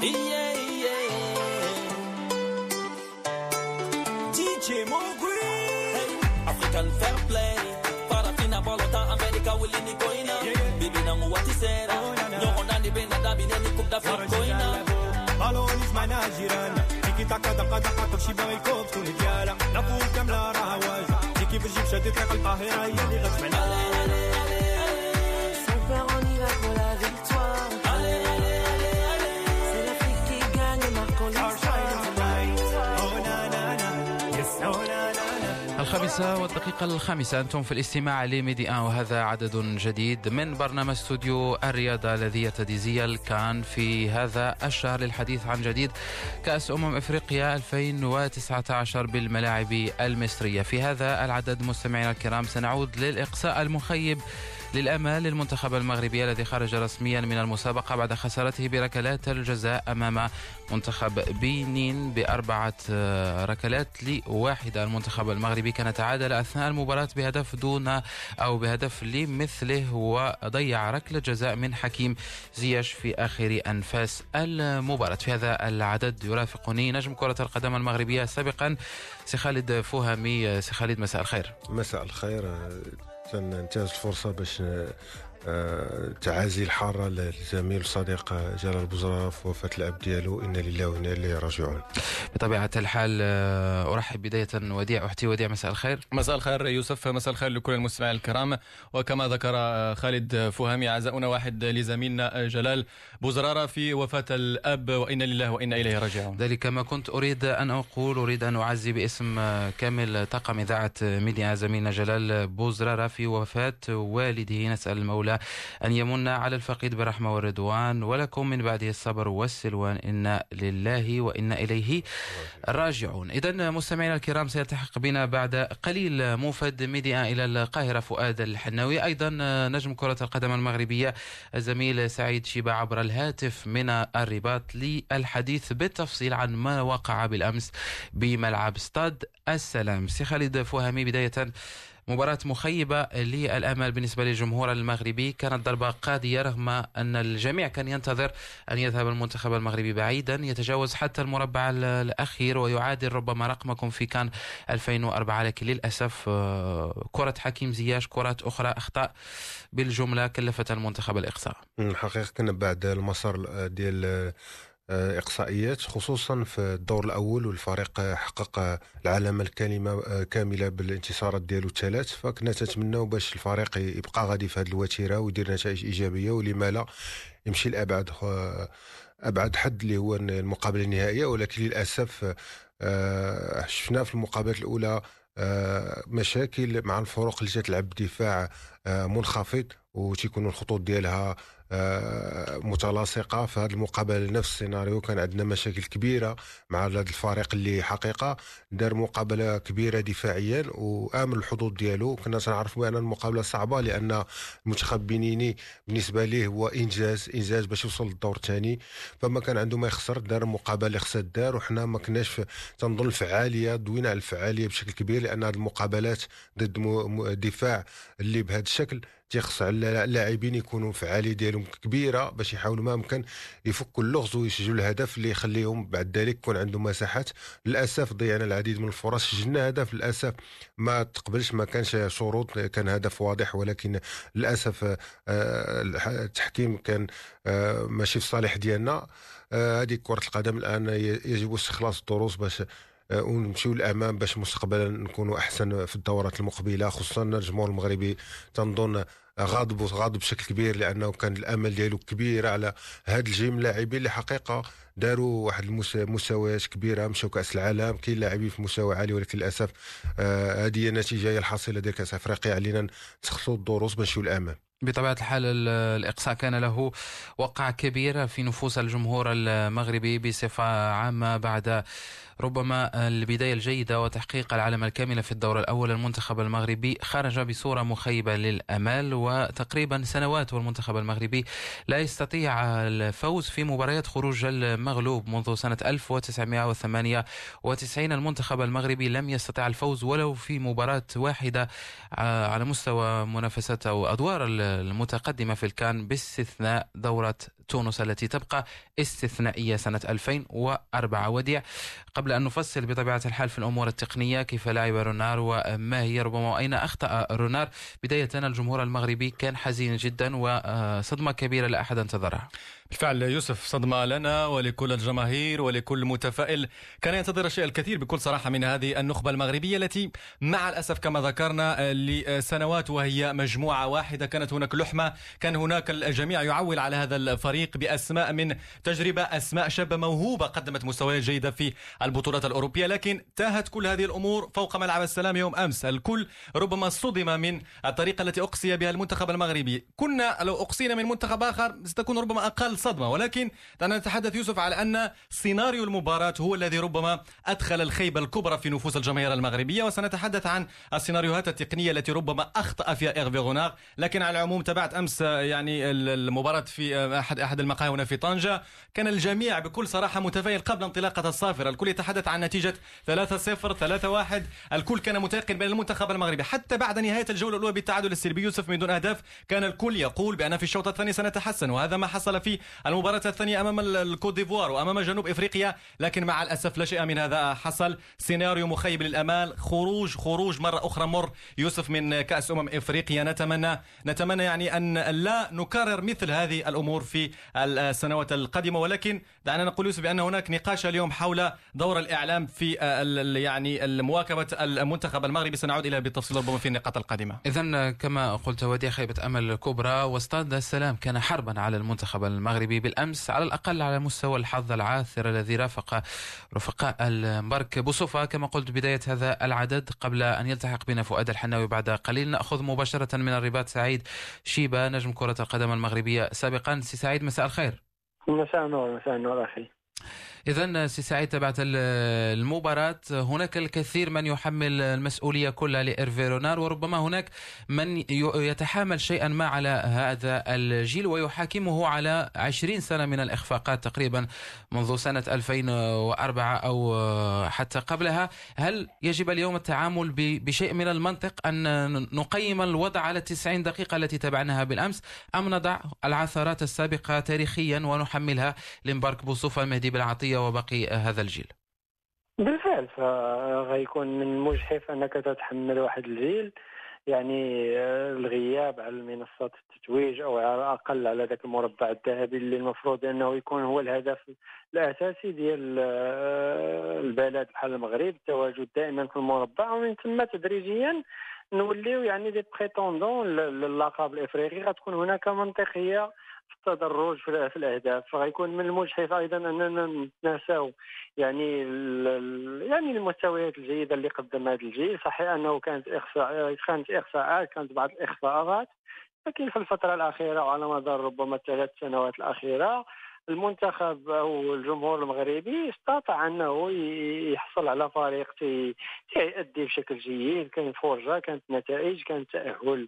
DJ Mogui, African fair play. Farafina bolota America willing goina. Bibi na muwati sera. Nyoko ndani bena dabi neni kubda fit goina. Alon is manajiran. Tiki taka daka daka تمشي بالكوب توني ديالها. نقول كاملة راها واجهة. تيكي بجيب شدت لك القاهرة هي اللي غتسمعنا. Sans peur on y va pour la victoire. C'est l'Afrique qui gagne, marquons l'histoire. الخامسة والدقيقة الخامسة أنتم في الاستماع لميدي آن، وهذا عدد جديد من برنامج استوديو الرياضة الذي يرتدي زي الكان في هذا الشهر للحديث عن جديد كأس أفريقيا 2019 بالملاعب المصرية. في هذا العدد مستمعينا الكرام سنعود للإقصاء المخيب للأمال للمنتخب المغربي الذي خرج رسميا من المسابقة بعد خسارته بركلات الجزاء أمام منتخب بنين ب4 ركلات ل1. المنتخب المغربي كان تعادل أثناء المباراة بهدف لمثله، وضيع ركلة جزاء من حكيم زياش في آخر أنفاس المباراة. في هذا العدد يرافقني نجم كرة القدم المغربية سابقا سي خالد فهمي. سي خالد مساء الخير. مساء الخير. ننتهز الفرصة باش تعازي الحارة للزميل الصديق جلال بوزرارة في وفاة الأب ديالو، إنا لله وإنا إليه راجعون. بطبيعة الحال أرحب بداية وديع مساء الخير. مساء الخير يوسف، مساء الخير لكل المستمعين الكرام. وكما ذكر خالد فهمي عزاؤنا واحد لزميلنا جلال بوزرارة في وفاة الأب، وإنا لله وإنا إليه راجعون. ذلك ما كنت أريد أن أقول. أريد أن أعزي باسم كامل طاقم إذاعة ميديا زميلنا جلال بوزرارة في وفاة والده. نسأل المولى أن يمن على الفقيد بالرحمة والرضوان، ولكم من بعده الصبر والسلوان، إنا لله وإنا إليه راجعون. إذن مستمعينا الكرام سيلتحق بنا بعد قليل موفد ميديا إلى القاهرة فؤاد الحناوي، أيضا نجم كرة القدم المغربية الزميل سعيد شيبة عبر الهاتف من الرباط للحديث بالتفصيل عن ما وقع بالأمس بملعب استاد السلام. سي خالد فهمي، بداية مباراة مخيبة للأمل بالنسبة للجمهور المغربي، كانت ضربة قاضية رغم أن الجميع كان ينتظر أن يذهب المنتخب المغربي بعيدا، يتجاوز حتى المربع الأخير ويعادل ربما رقمكم في كان 2004، لكن للأسف كرة حكيم زياش، كرات أخرى، أخطاء بالجملة كلفت المنتخب الإقصاء. الحقيقة كان بعد المسار ديال إقصائيات خصوصا في الدور الأول، والفريق حقق العلامة كاملة بالانتصارات ديالو الثلاث، فكنا نتمناو باش الفريق يبقى غادي في هذه الوتيرة ويدير نتائج إيجابية، ولما لا يمشي لأبعد حد اللي هو المقابلة النهائية. ولكن للأسف شفنا في المقابلة الأولى مشاكل مع الفرق اللي تلعب بدفاع منخفض وتيكونوا الخطوط ديالها متلاصقة. في هذه المقابلة نفس السيناريو كان عندنا مشاكل كبيرة مع هذا الفريق اللي حقيقة دار مقابلة كبيرة دفاعيا وآمن الحظوظ ديالو. كنا سنعرف بأن المقابلة صعبة لأن المنتخب بنيني بالنسبة ليه هو إنجاز باش يوصل للدور الثاني، فما كان عنده ما يخسر، دار المقابلة اللي خصها دار. وحنا ما كناش تنظن الفعالية، دوينا على الفعالية بشكل كبير، لأن هذه المقابلات ضد دفاع اللي بهذا الشكل تيخص على اللاعبين يكونوا فعالية ديالهم كبيرة باش يحاولوا ما ممكن يفكوا اللغز ويسجلوا الهدف اللي يخليهم بعد ذلك يكون عندهم مساحات. للأسف ضيعنا العديد من الفرص، سجلنا هدف للأسف ما تقبلش، ما كانش شروط، كان هدف واضح، ولكن للأسف التحكيم كان ماشي في صالح ديالنا. هذه كرة القدم الآن يجب استخلاص الدروس باش ونمشيو للامام باش مستقبلا نكونوا احسن في الدورات المقبله. خصوصا الجمهور المغربي تنظن غاضب بشكل كبير، لانه كان الامل ديالو كبير على هاد الجيم لاعبين اللي حقيقه داروا واحد المستويات كبيره، مشاو كاس العالم، كاين لاعبين في مستوى عالي، ولكن للاسف هذه هي النتيجه، هي الحاصله ديال كاس افريقيا. علينا نتخلصوا الدروس باش نمشيو للامام. بطبيعة الحال الإقصاء كان له وقع كبير في نفوس الجمهور المغربي بصفة عامة بعد ربما البداية الجيدة وتحقيق العلامة الكاملة في الدور الأول. المنتخب المغربي خرج بصورة مخيبة للأمال، وتقريبا سنوات والمنتخب المغربي لا يستطيع الفوز في مباريات خروج المغلوب. منذ سنة 1998 المنتخب المغربي لم يستطيع الفوز ولو في مباراة واحدة على مستوى منافسات أو أدوار المتقدمة في الكان، باستثناء دورة تونس التي تبقى استثنائية سنة 2004. وديع، قبل أن نفصل بطبيعة الحال في الأمور التقنية كيف لعب رونار وما هي ربما وأين أخطأ رونار، بداية الجمهور المغربي كان حزين جدا وصدمة كبيرة لا أحد انتظرها. بالفعل يوسف، صدمة لنا ولكل الجماهير ولكل متفائل كان ينتظر الشيء الكثير بكل صراحة من هذه النخبة المغربية التي مع الأسف كما ذكرنا لسنوات وهي مجموعة واحدة. كانت هناك لحمة، كان هناك الجميع يعول على هذا الفريق بأسماء من تجربة، أسماء شابة موهوبة قدمت مستويات جيدة في البطولات الأوروبية، لكن تاهت كل هذه الأمور فوق ملعب السلام يوم أمس. الكل ربما صدم من الطريقة التي أقصي بها المنتخب المغربي. كنا لو أقصينا من منتخب آخر ستكون ربما أقل صدمة، ولكن دعنا نتحدث يوسف على أن سيناريو المباراة هو الذي ربما أدخل الخيبة الكبرى في نفوس الجماهير المغربية، وسنتحدث عن السيناريوهات التقنية التي ربما أخطأ فيها إيرفي غونار. لكن على العموم تابعت أمس يعني المباراة في أحد المقاهي هنا في طنجة، كان الجميع بكل صراحة متفائل قبل انطلاقة الصافرة. الكل يتحدث عن نتيجة 3-0 3-1، الكل كان متيقن بأن المنتخب المغربي حتى بعد نهاية الجولة الأولى بالتعادل السلبي يوسف من دون أهداف كان الكل يقول بأن في الشوط الثاني سنتحسن، وهذا ما حصل في المباراة الثانية أمام الكوت ديفوار وأمام جنوب إفريقيا. لكن مع الأسف لا شيء من هذا حصل. سيناريو مخيب للأمال، خروج مرة أخرى مر يوسف من كأس إفريقيا. نتمنى يعني أن لا نكرر مثل هذه الأمور في السنوات القادمة. ولكن دعنا نقول يوسف بأن هناك نقاش اليوم حول دور الإعلام في يعني مواكبة المنتخب المغربي، سنعود إلى بالتفصيل ربما في النقاط القادمة. إذن كما قلت وديع، خيبة أمل كبرى، واستاد السلام كان حربا على المنتخب المغربي بالأمس، على الأقل على مستوى الحظ العاثر الذي رافق المبارك بصفة كما قلت بداية هذا العدد. قبل أن يلتحق بنا فؤاد الحناوي بعد قليل، نأخذ مباشرة من الرباط سعيد شيبة نجم كرة القدم المغربية سابقا. سي سعيد، مساء الخير. مساء النور أخي. إذن سي سعيد، تبعت المباراة، هناك الكثير من يحمل المسؤولية كلها لإيرفي رونار، وربما هناك من يتحامل شيئا ما على هذا الجيل ويحاكمه على 20 سنة من الإخفاقات تقريبا منذ سنة 2004 أو حتى قبلها. هل يجب اليوم التعامل بشيء من المنطق أن نقيم الوضع على 90 دقيقة التي تبعناها بالأمس، أم نضع العثرات السابقة تاريخيا ونحملها لمبارك بوصوفة، مهدي بالعطية وباقي هذا الجيل؟ بالفعل فغيكون من المجحف أنك تتحمل واحد الجيل يعني الغياب على المنصات التتويج أو على الأقل على ذاك المربع الذهبي اللي المفروض أنه يكون هو الهدف الأساسي ديال البلد بحال المغرب، التواجد دائما في المربع، ومن ثم تدريجيا نوليو يعني دي بريتوندون للقب الإفريقي. غتكون هناك منطقية في التدرج في الاهداف، فغيكون من المجحف ايضا اننا نتناساو يعني المستويات الجيده اللي قدم هذا الجيل. صحيح انه كانت اخفاءات، كانت بعض الاخفاءات، لكن في الفتره الاخيره وعلى مدار ربما 3 سنوات الاخيره المنتخب او الجمهور المغربي استطاع انه يحصل على فريق يؤدي بشكل جيد. كانت فرجه، كانت نتائج، كان تاهل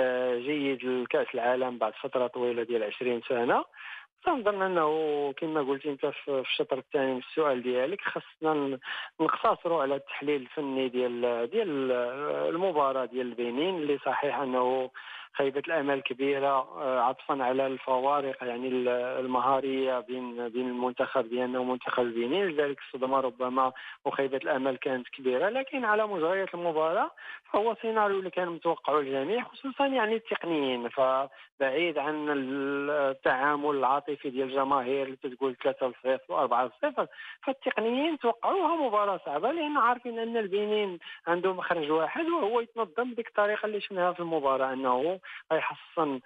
جيد لكاس العالم بعد فتره طويله ديال 20 سنه. تنظن انه كما قلت انت في الشطر الثاني من السؤال ديالك خصنا نقتصروا على التحليل الفني ديال المباراه ديال البنين، اللي صحيح انه خيبة الامل كبيره عطفا على الفوارق يعني المهاريه بين المنتخب ديالنا ومنتخب البنين، لذلك الصدمه ربما وخيبه الامل كانت كبيره. لكن على مجريات المباراه فهو سيناريو اللي كان متوقعه الجميع، خصوصا يعني التقنيين، فبعيد عن التعامل العاطفي ديال الجماهير اللي تقول 3-0 و4-0، فالتقنيين توقعوها مباراه صعبه لان عارفين ان البنين عنده مخرج واحد وهو يتنظم بديك الطريقه اللي شفناها في المباراه، انه غيحصن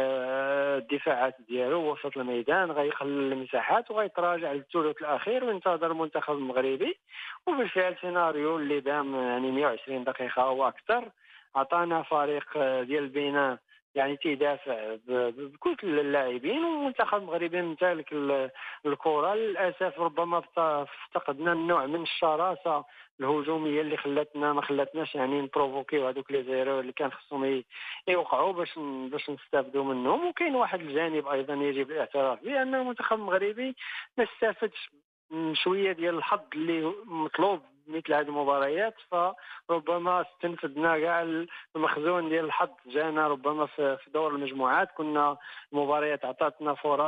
الدفاعات ديالو وسط الميدان، غيقلل المساحات وغيتراجع للثلث الاخير وينتظر المنتخب المغربي. وبالفعل سيناريو اللي دام يعني 120 دقيقه او اكثر عطانا فريق ديال البناء يعني تيدافع بكل اللاعبين، والمنتخب المغربي امتلك الكره. للاسف ربما افتقدنا النوع من الشراسه الهجوميه اللي ما خلاتناش يعني نبروفوكيو هذوك لي زيرو اللي كان خصهم يوقعوا باش نستافدوا منهم. وكاين واحد الجانب ايضا يجب الاعتراف به، ان المنتخب المغربي ما استفدش شويه ديال الحظ اللي مطلوب مثل هذه المباريات، فربما استنفدنا كاع المخزون ديال الحظ جانا ربما في دور المجموعات. كنا المباريات عطاتنا فرص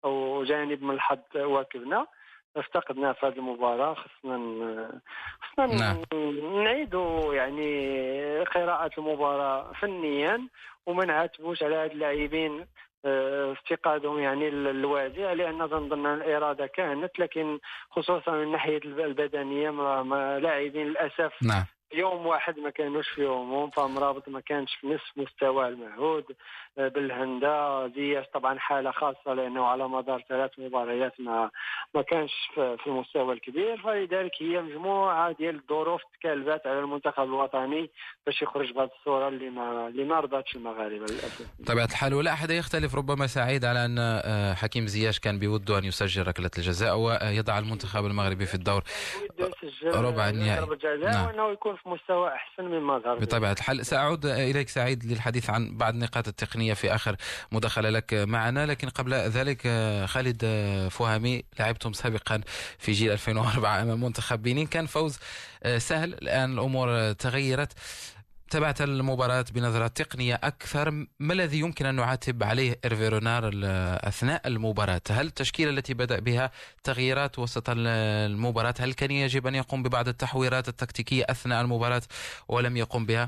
أو جانب من الحظ واكبنا افتقدنا في هذه المباراة. خصنا نعم. نعيدوا يعني قراءة المباراة فنيا وما نعاتبوش على هاد اللاعبين افتقادهم يعني الواسع، لأن تنظن الإرادة كانت، لكن خصوصا من الناحية البدنية ما لاعبين للأسف نعم. يوم واحد ما كانوش في يومهم، فمرابط ما كانش في نصف مستوى المعهود. بالهندا زياش طبعا حالة خاصة لأنه على مدار 3 مباريات ما كانش في المستوى الكبير، فلذلك هي مجموعة ديال الظروف تكالبات على المنتخب الوطني باش يخرج بهذه الصورة اللي ما رضاتش المغاربة للأسف. بطبيعة الحال ولا أحد يختلف ربما سعيد على أن حكيم زياش كان بوده أن يسجل ركلة الجزاء ويضع المنتخب المغربي في الدور ربع النهائي، نعم. وأنه يكون في مستوى أحسن مما ظهر. بطبيعة الحال سأعود إليك سعيد للحديث عن بعض النقاط التقنية في آخر مداخلة لك معنا، لكن قبل ذلك خالد فهمي لعبتم سابقا في جيل 2004 أمام منتخب بنين، كان فوز سهل، الآن الأمور تغيرت. تابعت المباراة بنظرة تقنية أكثر، ما الذي يمكن أن نعاتب عليه إيرفي رونار أثناء المباراة؟ هل التشكيلة التي بدأ بها تغييرات وسط المباراة، هل كان يجب أن يقوم ببعض التحويرات التكتيكية أثناء المباراة ولم يقوم بها؟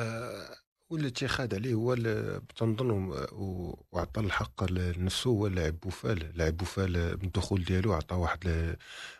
والتي خاد عليه هو تنظن وعطى الحق لنفسه هو لاعب بوفال من الدخول ديالو، عطى واحد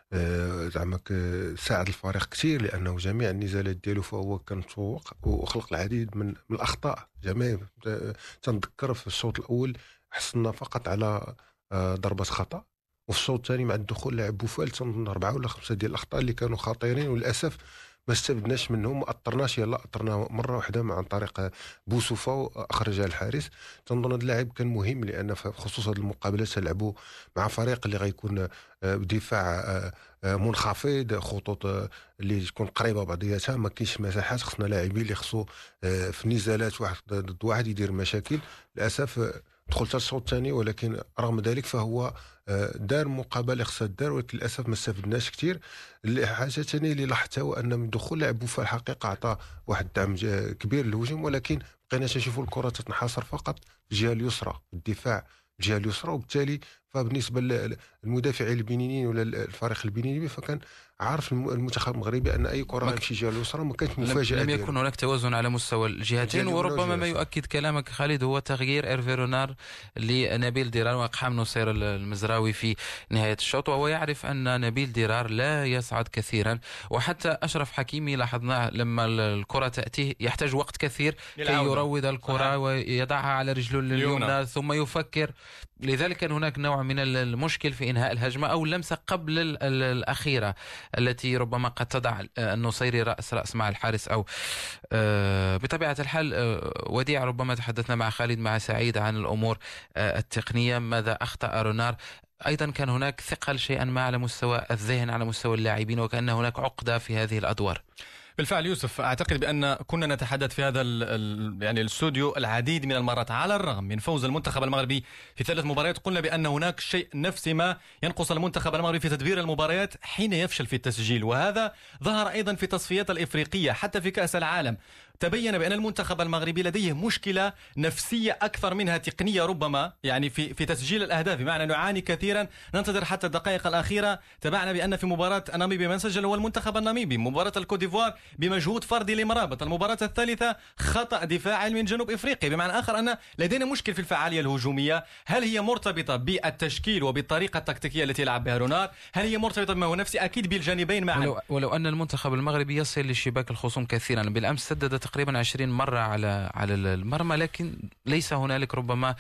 زعما ساعد الفريق كثير، لانه جميع النزالات ديالو فهو كان متفوق وخلق العديد من الاخطاء. جميع تنذكر في الشوط الاول حصلنا فقط على ضربه خطا، وفي الشوط الثاني مع الدخول لاعب بوفال تنظن 4 ولا 5 ديال الاخطاء اللي كانوا خطيرين، وللاسف ما استفدناش منهم، ما اثرناش. يلا اثرنا مره واحده عن طريق بوسوفا اخرجها الحارس. تنظن هذا اللاعب كان مهم، لان خصوصا المقابلات تلعبوا مع فريق اللي غيكون بدفاع منخفض، خطوط اللي تكون قريبه بعضياتها، ما كاينش مساحات، خصنا لاعبين اللي خصو في نزالات واحد ضد واحد يدير مشاكل. للاسف دخلت الشوط الثاني، ولكن رغم ذلك فهو دار مقابله خصها دار، ولكن للاسف ما استفدناش كثير. الحاجه الثانيه اللي لاحظتها هو ان من دخول لاعب بوفال الحقيقه عطى واحد الدعم كبير للهجوم، ولكن بقينا نشوفوا الكره تتنحصر فقط في الجهه اليسرى، الدفاع الجهه اليسرى، وبالتالي فبالنسبه للمدافعين البنينيين ولا الفريق البنيني فكان عارف المنتخب المغربي ان اي كره تمشي جهه اليسرى ما كانت مفاجاه. لم يكن هناك توازن على مستوى الجهتين، وربما ما يؤكد كلامك خالد هو تغيير إيرفي رونار لنبيل ديرار واقحام نصير المزراوي في نهايه الشوط، وهو يعرف ان نبيل ديرار لا يصعد كثيرا، وحتى اشرف حكيمي لاحظناه لما الكره تاتيه يحتاج وقت كثير كي يروض الكره ويضعها على رجله اليمنى ثم يفكر. لذلك كان هناك نوع من المشكل في إنهاء الهجمة أو اللمسة قبل الأخيرة التي ربما قد تضع النصيري رأس مع الحارس أو بطبيعة الحال. وديع، ربما تحدثنا مع خالد مع سعيد عن الأمور التقنية، ماذا أخطأ رونار؟ أيضا كان هناك ثقل شيئا ما على مستوى الذهن، على مستوى اللاعبين، وكأن هناك عقدة في هذه الأدوار. بالفعل يوسف، أعتقد بأن كنا نتحدث في هذا يعني الاستوديو العديد من المرات، على الرغم من فوز المنتخب المغربي في 3 مباريات قلنا بأن هناك شيء نفسي ما ينقص المنتخب المغربي في تدبير المباريات حين يفشل في التسجيل، وهذا ظهر أيضا في تصفيات الإفريقية حتى في كأس العالم. تبين بأن المنتخب المغربي لديه مشكلة نفسية أكثر منها تقنية ربما، يعني في تسجيل الأهداف، بمعنى نعاني كثيرا، ننتظر حتى الدقائق الأخيرة. تابعنا بأن في مباراة ناميبيا من سجل هو المنتخب الناميبي، مباراة الكوت ديفوار بمجهود فردي لمرابط، المباراة الثالثة خطأ دفاعي من جنوب إفريقيا. بمعنى آخر أن لدينا مشكل في الفعالية الهجومية. هل هي مرتبطة بالتشكيل وبالطريقة التكتيكية التي يلعب بها رونار؟ هل هي مرتبطة بما هو نفسي؟ أكيد بالجانبين معا. ولو أن المنتخب المغربي يصل لشباك الخصوم كثيرا، بالأمس سدد تقريبا 20 مرة على المرمى، لكن ليس هنالك ربما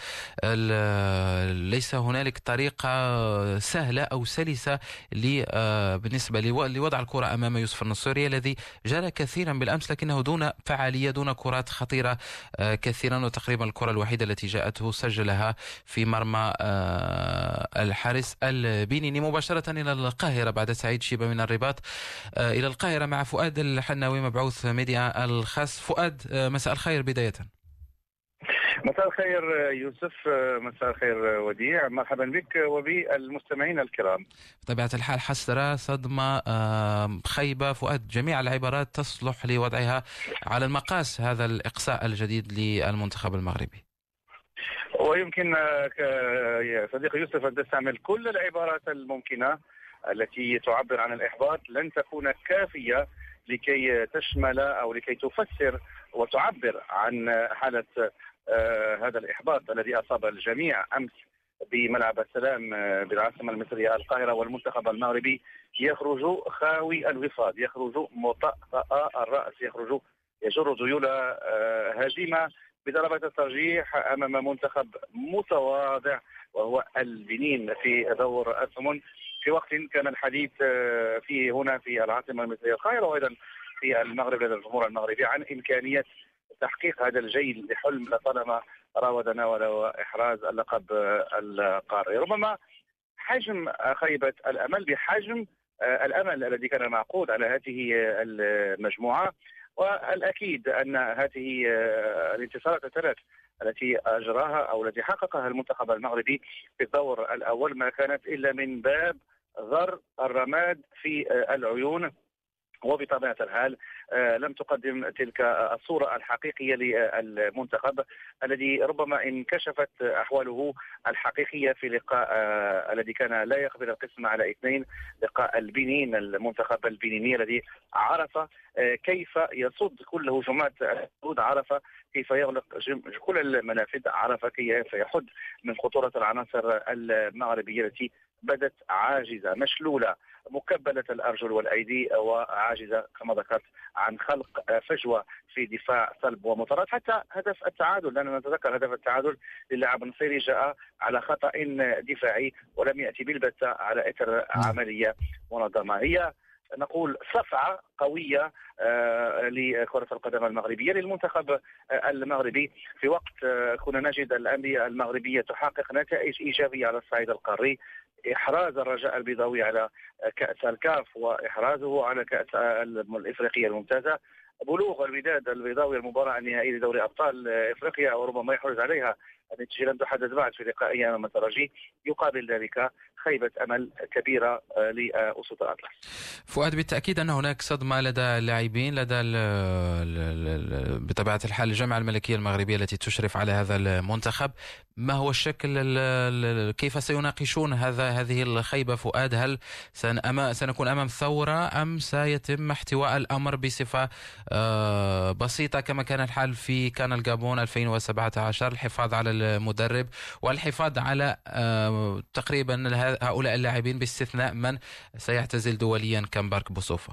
ليس هنالك طريقة سهلة أو سلسة بالنسبة لوضع الكرة أمام يوسف النصيري الذي جرى كثيرا بالأمس، لكنه دون فعالية، دون كرات خطيرة كثيرا، وتقريبا الكرة الوحيدة التي جاءته سجلها في مرمى الحارس البنيني. مباشرة إلى القاهرة بعد سعيد شيبة من الرباط، إلى القاهرة مع فؤاد الحناوي مبعوث ميديا الخاص. فؤاد، مساء الخير بداية. مساء الخير يوسف، مساء الخير وديع، مرحبا بك وبالمستمعين الكرام. بطبيعة الحال حسرة، صدمة، خيبة. فؤاد، جميع العبارات تصلح لوضعها على المقاس هذا الإقصاء الجديد للمنتخب المغربي. ويمكن يا صديق يوسف أن تستعمل كل العبارات الممكنة التي تعبر عن الإحباط، لن تكون كافية لكي تشمل أو لكي تفسر وتعبر عن حالة هذا الإحباط الذي أصاب الجميع أمس بملعب السلام بالعاصمة المصرية القاهرة، والمنتخب المغربي يخرج خاوي الوفاض، يخرج مطأطأ الرأس، يخرج يجر ذيول هزيمة بضربة الترجيح أمام منتخب متواضع وهو البنين في دور الثمن، في وقت كان الحديث فيه هنا في العاصمة المصرية القاهرة وأيضا في المغرب لدى الجمهور المغربي عن إمكانية تحقيق هذا الجيل لحلم لطالما راودنا ولو إحراز اللقب القاري. ربما حجم خيبة الأمل بحجم الأمل الذي كان معقود على هذه المجموعة، والأكيد أن هذه الانتصارات الثلاث التي أجراها أو التي حققها المنتخب المغربي في الدور الأول ما كانت إلا من باب ذر الرماد في العيون، وبطبيعة الحال لم تقدم تلك الصورة الحقيقية للمنتخب الذي ربما انكشفت أحواله الحقيقية في لقاء الذي كان لا يقبل القسمة على اثنين، لقاء البنين، المنتخب البنيني الذي عرف كيف يصد كل هجمات الحدود، عرف كيف يغلق كل المنافذ، عرف كيف يحد من خطورة العناصر المغربية التي بدت عاجزة مشلولة مكبلة الأرجل والأيدي وعاجزة كما ذكرت عن خلق فجوة في دفاع صلب ومطارد. حتى هدف التعادل، لأننا نتذكر هدف التعادل للاعب النصيري جاء على خطأ دفاعي ولم يأتي بالبتة على إثر عملية منظمة. هي نقول صفعة قوية لكرة القدم المغربية للمنتخب المغربي في وقت كنا نجد الأندية المغربية تحقق نتائج إيجابية على الصعيد القاري، إحراز الرجاء البيضاوي على كأس الكاف وإحرازه على كأس الإفريقية الممتازة، بلوغ الوداد البيضاوي المباراة النهائية لدوري أبطال إفريقيا وربما يحرز عليها النتيجة لم تحدد بعد في لقائه أمام الترجي، يقابل ذلك خيبة أمل كبيرة لأسود الأطلس. فؤاد، بالتأكيد أن هناك صدمة لدى اللاعبين، لدى بطبيعة الحال الجامعة الملكية المغربية التي تشرف على هذا المنتخب. ما هو الشكل، كيف سيناقشون هذه الخيبة فؤاد؟ هل سنكون أمام ثورة أم سيتم احتواء الأمر بصفة بسيطة كما كان الحال في كان الجابون 2017، الحفاظ على المدرب والحفاظ على تقريبا هؤلاء اللاعبين باستثناء من سيعتزل دوليا كمبارك بوصوفة؟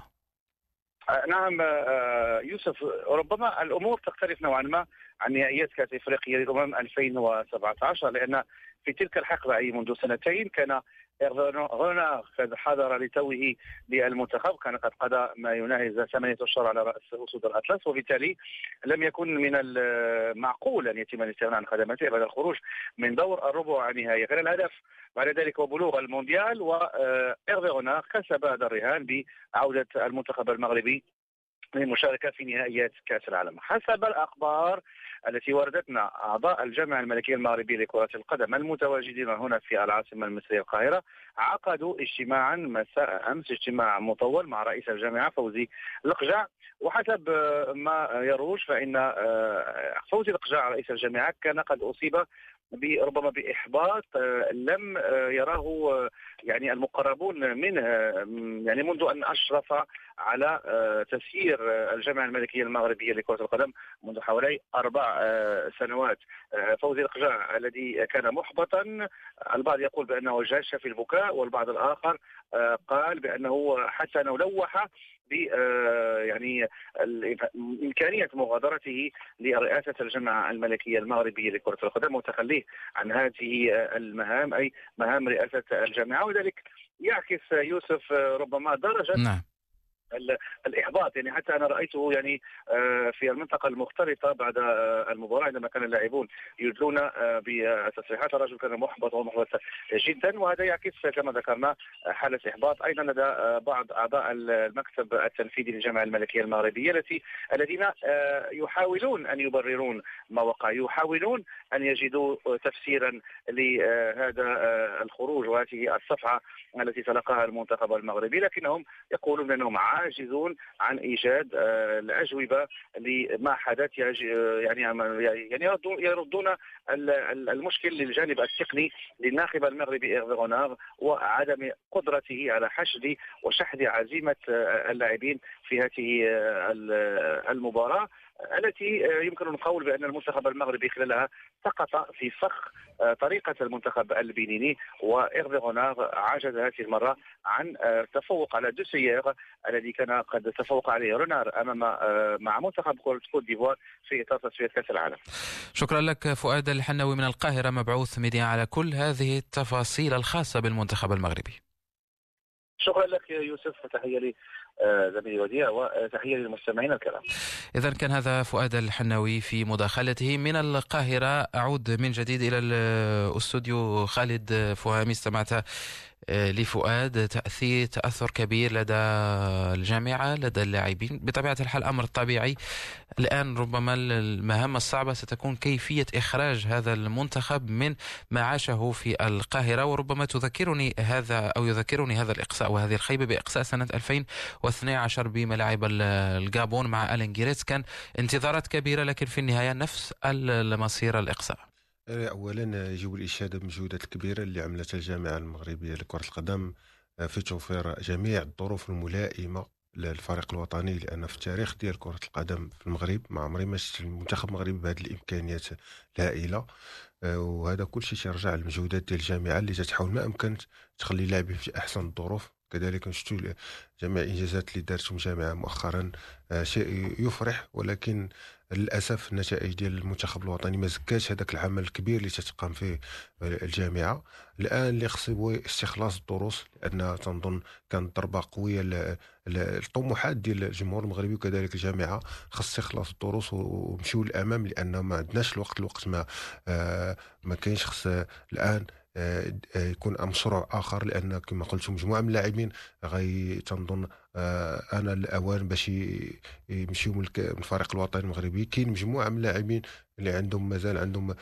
نعم يوسف، ربما الأمور تختلف نوعا ما عن نهائيات كأس إفريقيا للأمم 2017، لأن في تلك الحقبة أي منذ سنتين كان هنا قد حضر لتوه للمنتخب، كان قد قضى ما يناهز 8 أشهر على رأس أسود الأطلس، وبالتالي لم يكن من المعقول أن يتم الاستغناء عن خدماته بعد الخروج من دور الربع النهائي. كان الهدف بعد ذلك وبلوغ المونديال، وإيرفي كسب هذا الرهان بعودة المنتخب المغربي للمشاركة في نهائيات كأس العالم. حسب الأخبار التي وردتنا، أعضاء الجامعة الملكية المغربية لكرة القدم المتواجدين هنا في العاصمة المصرية القاهرة عقدوا اجتماعا مساء أمس، اجتماع مطول مع رئيس الجامعة فوزي القجع، وحسب ما يروج فإن فوزي القجع رئيس الجامعة كان قد أصيب ربما بإحباط لم يراه يعني المقربون منه، يعني منذ أن أشرف على تسيير الجامعة الملكية المغربية لكرة القدم منذ حوالي 4 سنوات. فوزي القجع الذي كان محبطا، البعض يقول بأنه جاش في البكاء، والبعض الآخر قال بأنه حتى أنه لوح يعني إمكانية مغادرته لرئاسة الجامعة الملكية المغربية لكرة القدم وتخليه عن هذه المهام أي مهام رئاسة الجامعة، وذلك يعكس يوسف ربما درجة الإحباط. يعني حتى أنا رأيته يعني في المنطقة المختلطة بعد المباراة عندما كان اللاعبون يدلون بتصريحات الرجل كان محبط ومحبط جدا، وهذا يعكس كما ذكرنا حالة إحباط أيضا لدى بعض أعضاء المكتب التنفيذي للجامعة الملكية المغربية الذين يحاولون أن يبررون ما وقع، يحاولون أن يجدوا تفسيرا لهذا الخروج وهذه الصفعة التي تلقاها المنتخب المغربي، لكنهم يقولون أنهم عاجزون عن إيجاد الأجوبة لما حدث. يعني يردون المشكل للجانب التقني للناخب المغربي إيرفي رونار وعدم قدرته على حشد وشحذ عزيمة اللاعبين في هذه المباراة التي يمكن القول بأن المنتخب المغربي خلالها سقط في فخ طريقة المنتخب البنيني، وإيرفي رونار عجز هذه المرة عن التفوق على دوسيير الذي كان قد تفوق عليه رونار مع منتخب كوت ديفوار في إطار تصفية كأس العالم. شكرا لك فؤاد الحناوي من القاهرة، مبعوث ميديا، على كل هذه التفاصيل الخاصة بالمنتخب المغربي. شكرا لك يوسف، تحية لي زميلي وديع وتحية للمستمعين الكرام. إذا كان هذا فؤاد الحناوي في مداخلته من القاهرة. أعود من جديد إلى الاستوديو. خالد فهامي، استمعت لفؤاد، تأثر كبير لدى الجامعة، لدى اللاعبين. بطبيعة الحال أمر طبيعي. الآن ربما المهمة الصعبة ستكون كيفية إخراج هذا المنتخب من ما عاشه في القاهرة، وربما يذكرني هذا الإقصاء وهذه الخيبة بإقصاء سنة 2012 بملاعب الغابون مع ألين جيريتس. كان انتظارات كبيرة، لكن في النهاية نفس المصير، الإقصاء. أولا يجب الإشادة بالمجهودات الكبيرة اللي عملتها الجامعة المغربية لكرة القدم في توفير جميع الظروف الملائمة للفريق الوطني، لأن في التاريخ ديال كرة القدم في المغرب ما عمري ما شفت المنتخب المغربي بهذه الإمكانيات الهائلة. وهذا كل شيء ترجع للمجهودات ديال الجامعة اللي تحاول ما أمكن تخلي اللاعبين في أحسن الظروف. كذلك نشتو جميع الإنجازات اللي دارتهم الجامعة مؤخرا شيء يفرح، ولكن للأسف النتائج ديال المنتخب الوطني ما زكاش هذاك العمل الكبير اللي تتقام فيه الجامعة. الآن اللي خص هو استخلاص الدروس، لأن تنظن كانت ضربة قوية الطموحات ديال الجمهور المغربي، وكذلك الجامعة خص استخلاص الدروس ومشيو للأمام، لأن ما عندناش الوقت ما كاينش. خص الآن يكون مشروع آخر، لأن كما قلت مجموعة من اللاعبين تنظن أنا الأوان باش يمشيو من الفريق الوطني المغربي. كاين مجموعة من اللاعبين اللي عندهم مازال عندهم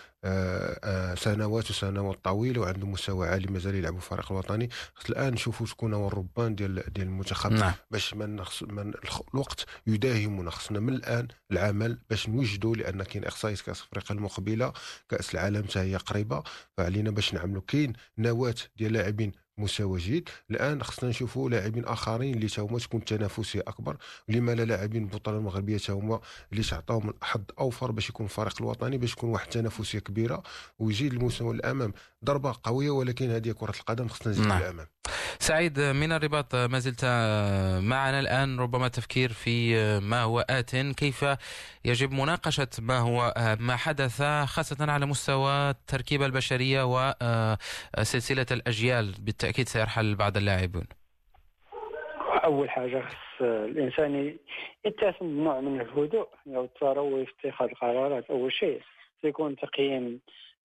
سنوات طويلة وعندهم مستوى عالي مازال يلعبوا في الفريق الوطني. خص الآن نشوفوا شكون هو الربان ديال المنتخب. نعم. باش الوقت يداهمنا، خصنا من الآن العمل باش نوجدوا، لأن كاين إحصائيات كأس أفريقيا المقبلة، كأس العالم حتى هي قريبة، فعلينا باش نعملوا. كاين نواة ديال لاعبين مستوى جيد. الان خصنا نشوفوا لاعبين اخرين اللي هما تكون التنافسيه اكبر. لما لا لاعبين البطوله المغربيه هما اللي تعطاهم حظ اوفر باش يكون الفريق الوطني، باش يكون واحد التنافسيه كبيره ويزيد المستوى الامام. ضربه قويه، ولكن هذه كره القدم خصنا نزيد الامام. سعيد من الرباط، ما زلت معنا الآن. ربما تفكير في ما هو آت، كيف يجب مناقشة ما حدث، خاصة على مستوى التركيبة البشرية وسلسلة الأجيال. بالتأكيد سيرحل بعض اللاعبين. أول حاجة خص الإنسان يتسم بنوع من الهدوء أو التروي في اتخاذ القرارات. أول شيء سيكون تقييم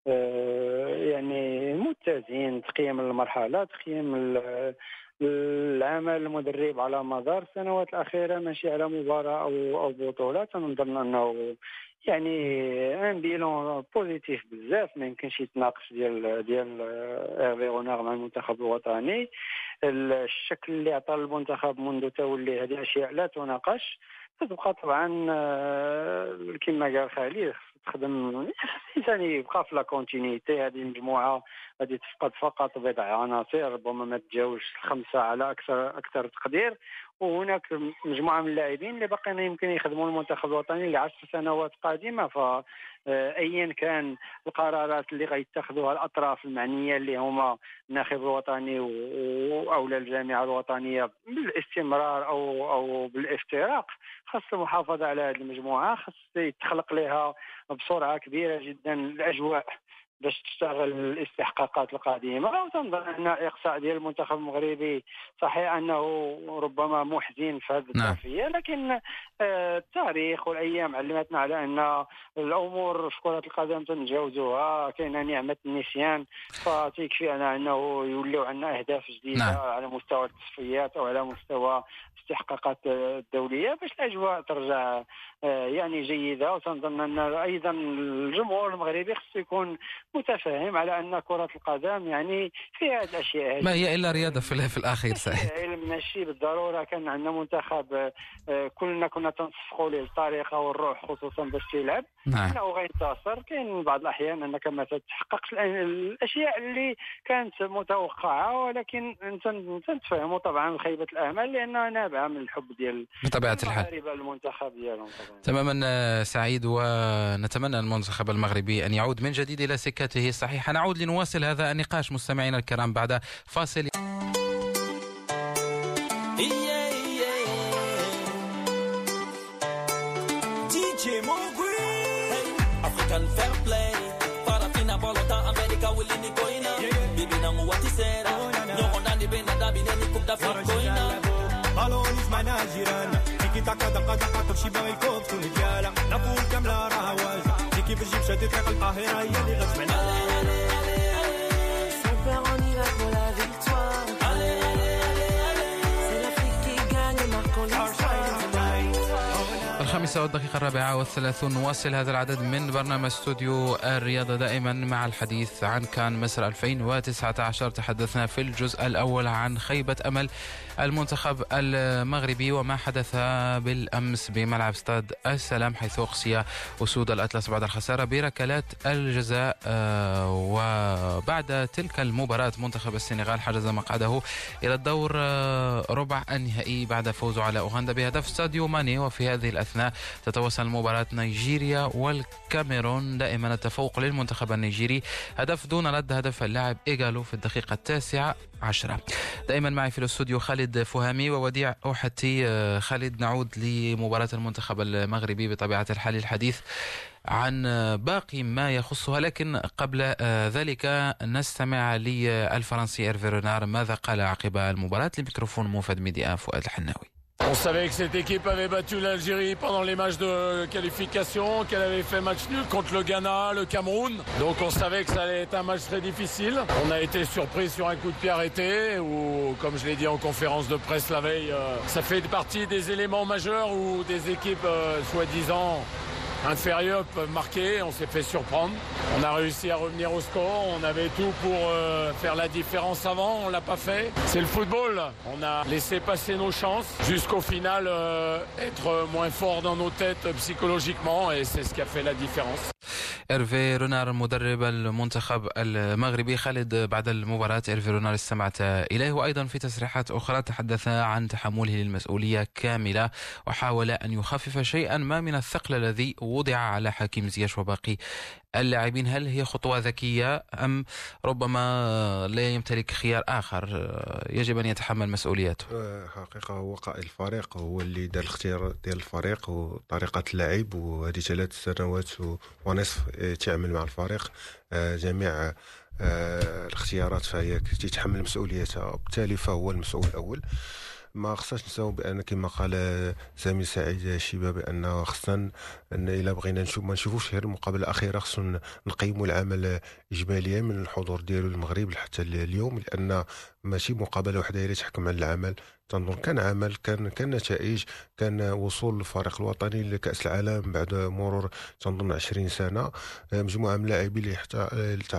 يعني متزن، تقييم المرحلة، تقييم العمل المدرب على مدار السنوات الأخيرة، ماشي على مباراة أو بطولات. نظن أنه يعني ان بيلون بوزيتيف بزاف، ما يمكنش يتناقش ديال إيرفي رونار مع المنتخب الوطني. الشكل اللي عطى المنتخب منذ تولي هذه الاشياء لا تناقش. تبقى طبعا كما قال خالد تخدم الانسان يبقى في لا كونتينيتي. هذه المجموعه غادي تفقد فقط بضع عناصر، ربما ما تتجاوزش 5 على اكثر تقدير، وهناك مجموعه من اللاعبين اللي باقيين يمكن يخدموا المنتخب الوطني ل10 سنوات قادمه. فايا كان القرارات اللي غيتخذوها الاطراف المعنيه اللي هما الناخب الوطني او الجامعه الوطنيه بالاستمرار او بالافتراق، خاص المحافظه على هذه المجموعه، خاص يتخلق لها بسرعه كبيره جدا الاجواء باش تشتغل الاستحقاقات القادمه. وتنظن ان الاقصاء ديال المنتخب المغربي صحيح انه ربما محزن في هذه الظرفيه، لكن التاريخ والايام علمتنا على ان الامور في كره القدم تنجاوزوها. كاينه نعمه النسيان، فتكفي انه يوليو عندنا اهداف جديده على مستوى التصفيات او على مستوى الاستحقاقات الدوليه باش الاجواء ترجع يعني جيده. وتنظن ان ايضا الجمهور المغربي خصو يكون متفاهم على أن كرة القدم يعني فيها هذه الأشياء. ما هي إلا رياضة في الأخير سعيد. علم ماشي بالضرورة كان عندنا منتخب كلنا كنا تنصفقوا ليه الطريقة والروح خصوصا باش تلعب أنه غينتصر. كاين بعض الأحيان أنك ما تتحققش الأشياء اللي كانت متوقعة، ولكن نتفاهموا طبعا خيبة الآمال لأنها نابعة من الحب ديال بطبيعة الحال المنتخب ديالهم. تماما سعيد، ونتمنى المنتخب المغربي أن يعود من جديد إلى سكته الصحيحة. نعود لنواصل هذا النقاش مستمعينا الكرام بعد فاصل. African fair play, Farafina Bolota, America will in the coina. Bibi Namu what is said, no one and the Benada Binani Cook da Coina. بالون يجمعنا جيراننا كي تاكا دقا دقا كلشي باغي يكوبسو الرجاله نافول كامله راه واجده كيف تجيب شادي طريق القاهره هي اللي غتجمعنا. Sans peur on y va pour la victoire. C'est l'Afrique qui gagne, marquons l'histoire. 5:34 نواصل هذا العدد من برنامج استوديو الرياضة، دائما مع الحديث عن كان مصر 2019. تحدثنا في الجزء الأول عن خيبة أمل المنتخب المغربي وما حدث بالأمس بملعب استاد السلام، حيث أقصي أسود الأطلس بعد الخسارة بركلات الجزاء. وبعد تلك المباراة منتخب السنغال حجز مقعده إلى الدور ربع النهائي بعد فوزه على أوغندا بهدف ساديو ماني. وفي هذه الأثناء تتواصل مباراة نيجيريا والكاميرون، دائما التفوق للمنتخب النيجيري هدف دون رد، هدف اللاعب إيغالو في الدقيقة 19. دائما معي في الاستوديو خالد فهامي ووديع أوحتي. خالد، نعود لمباراة المنتخب المغربي بطبيعة الحال الحديث عن باقي ما يخصها، لكن قبل ذلك نستمع للفرنسي إيرفي رونار ماذا قال عقب المباراة. لميكروفون موفد ميديا فؤاد الحناوي. On savait que cette équipe avait battu l'Algérie pendant les matchs de qualification, qu'elle avait fait match nul contre le Ghana, le Cameroun. Donc on savait que ça allait être un match très difficile. On a été surpris sur un coup de pied arrêté où, comme je l'ai dit en conférence de presse la veille, ça fait partie des éléments majeurs où des équipes soi-disant inférieurs peuvent marquer. On s'est fait surprendre. On a réussi à revenir au score. On avait tout pour faire la différence avant. On l'a pas fait. C'est le football. On a laissé passer nos chances jusqu'au final être moins fort dans nos têtes psychologiquement, et c'est ce qui a fait la différence. إيرفي رونار مدرب المنتخب المغربي. خالد، بعد المباراة إيرفي رونار استمعت إليه، وأيضا في تصريحات أخرى تحدث عن تحمله للمسؤولية كاملة وحاول أن يخفف شيئا ما من الثقل الذي وضع على حكيم زياش وباقي اللاعبين. هل هي خطوة ذكية أم ربما لا يمتلك خيار آخر يجب أن يتحمل مسؤولياته؟ حقيقة هو قائد الفريق، هو اللي دار الاختيار ديال الفريق وطريقة اللعب، وهذه 3 سنوات ونصف تعمل مع الفريق. جميع الاختيارات فهي تتحمل مسؤوليتها، وبالتالي فهو المسؤول الأول. ما خصناش نساو بان كما قال سامي سعيد شيبه بان خصنا ان الا بغينا ما نشوفوش غير المقابله الاخيره، خصنا نقيموا العمل اجماليا من الحضور ديالو المغرب حتى اليوم، لان ماشي مقابله وحده هي اللي تحكم على العمل. تنظن كان عمل، كان نتائج، كان وصول الفريق الوطني لكأس العالم بعد مرور تنظن 20 سنة، مجموعة من اللاعبين اللي حتى